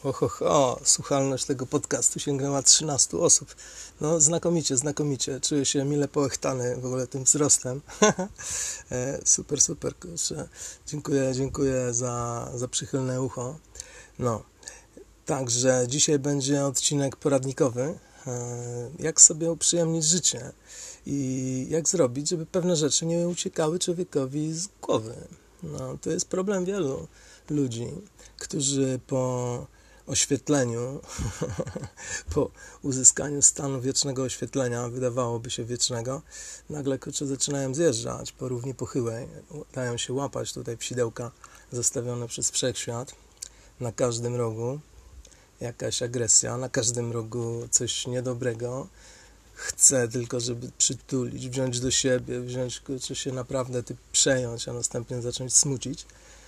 Słuchalność tego podcastu sięgnęła 13 osób. No znakomicie. Czuję się mile połechtany w ogóle tym wzrostem. Super, kurczę. Dziękuję za przychylne ucho. No, także dzisiaj będzie odcinek poradnikowy. Jak sobie uprzyjemnić życie i jak zrobić, żeby pewne rzeczy nie uciekały człowiekowi z głowy. No, to jest problem wielu ludzi, którzy po oświetleniu, po uzyskaniu stanu wiecznego oświetlenia, wydawałoby się wiecznego, nagle kurczę zaczynają zjeżdżać po równi pochyłej, dają się łapać tutaj w sidełka zastawione przez wszechświat, na każdym rogu jakaś agresja, na każdym rogu coś niedobrego, chcę tylko, żeby przytulić, wziąć do siebie, kurczę, się naprawdę przejąć, a następnie zacząć smucić.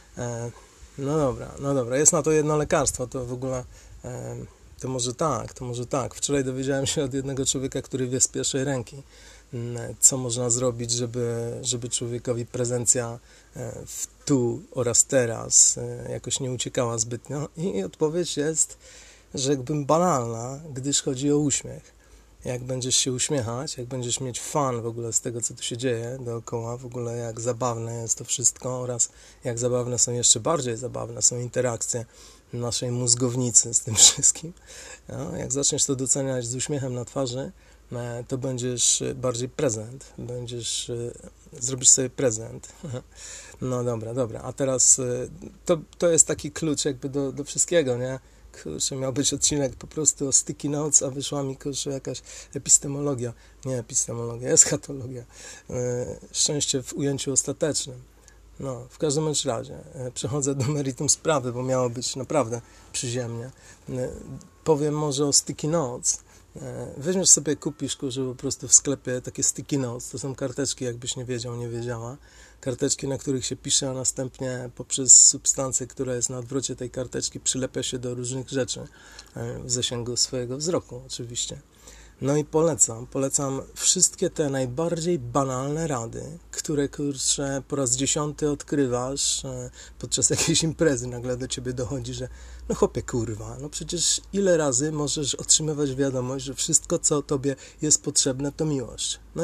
No dobra, jest na to jedno lekarstwo, to w ogóle, to może tak. Wczoraj dowiedziałem się od jednego człowieka, który wie z pierwszej ręki, co można zrobić, żeby człowiekowi prezencja w tu oraz teraz jakoś nie uciekała zbytnio. I odpowiedź jest, rzekłbym, banalna, gdyż chodzi o uśmiech. Jak będziesz się uśmiechać, jak będziesz mieć fan w ogóle z tego, co tu się dzieje dookoła, w ogóle jak zabawne jest to wszystko oraz jak zabawne są, jeszcze bardziej zabawne są interakcje naszej mózgownicy z tym wszystkim. No, jak zaczniesz to doceniać z uśmiechem na twarzy, to będziesz bardziej prezent, zrobisz sobie prezent. No dobra, a teraz to jest taki klucz jakby do wszystkiego, nie? Kurczę, miał być odcinek po prostu o sticky notes, a wyszła mi, kurczę, jakaś epistemologia. Nie epistemologia, eschatologia. Szczęście w ujęciu ostatecznym. No, w każdym bądź razie przechodzę do meritum sprawy, bo miało być naprawdę przyziemnie. Powiem może o sticky notes. Weźmiesz sobie, kupisz, kurczę, po prostu w sklepie takie sticky notes. To są karteczki, jakbyś nie wiedział, nie wiedziała. Karteczki, na których się pisze, a następnie poprzez substancję, która jest na odwrocie tej karteczki, przylepia się do różnych rzeczy w zasięgu swojego wzroku oczywiście. No i polecam wszystkie te najbardziej banalne rady, które, kurczę, po raz 10 odkrywasz podczas jakiejś imprezy. Nagle do ciebie dochodzi, że no chłopie, kurwa, no przecież ile razy możesz otrzymywać wiadomość, że wszystko, co tobie jest potrzebne, to miłość. No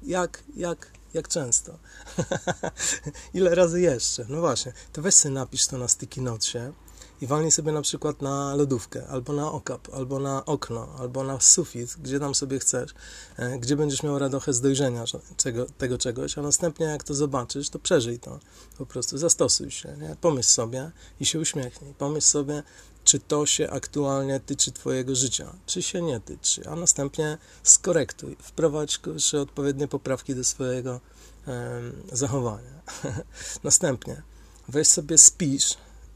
jak często? Ile razy jeszcze? No właśnie, to weź sobie napisz to na sticky notesie i walnij sobie na przykład na lodówkę, albo na okap, albo na okno, albo na sufit, gdzie tam sobie chcesz, gdzie będziesz miał radochę z dojrzenia tego czegoś, a następnie jak to zobaczysz, to przeżyj to. Po prostu zastosuj się, nie? Pomyśl sobie i się uśmiechnij. Pomyśl sobie, czy to się aktualnie tyczy twojego życia, czy się nie tyczy, a następnie skorektuj, wprowadź odpowiednie poprawki do swojego zachowania. Następnie weź sobie spisz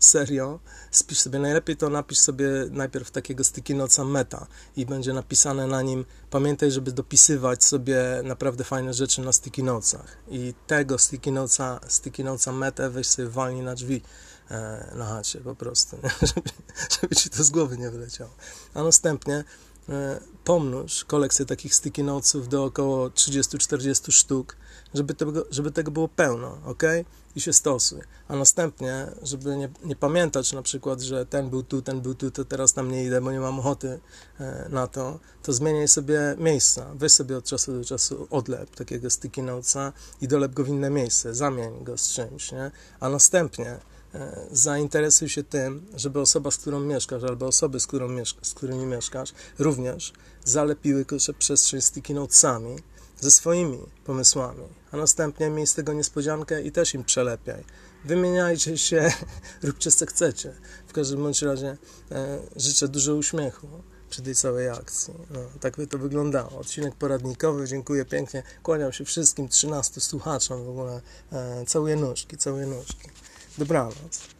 sobie, najlepiej to napisz sobie najpierw takiego sticky notesa meta i będzie napisane na nim, pamiętaj, żeby dopisywać sobie naprawdę fajne rzeczy na sticky notesach i tego sticky notesa metę weź sobie walnij na drzwi na chacie po prostu, nie? Żeby ci to z głowy nie wyleciało. A następnie pomnóż kolekcję takich sticky notesów do około 30-40 sztuk, żeby tego było pełno, ok? I się stosuj. A następnie, żeby nie pamiętać na przykład, że ten był tu, to teraz tam nie idę, bo nie mam ochoty na to zmieniaj sobie miejsca. Weź sobie od czasu do czasu odlep takiego sticky notesa i dolep go w inne miejsce, zamień go z czymś, nie? A następnie zainteresuj się tym, żeby osoba, z którą mieszkasz, albo osoby, z którymi mieszkasz, również zalepiły przestrzeń sticky notesami ze swoimi pomysłami, a następnie miej z tego niespodziankę i też im przelepiaj. Wymieniajcie się, róbcie co chcecie. W każdym bądź razie życzę dużo uśmiechu przy tej całej akcji. No, tak by to wyglądało. Odcinek poradnikowy, dziękuję pięknie. Kłaniam się wszystkim 13 słuchaczom w ogóle. Całuję nóżki. Dobranoc.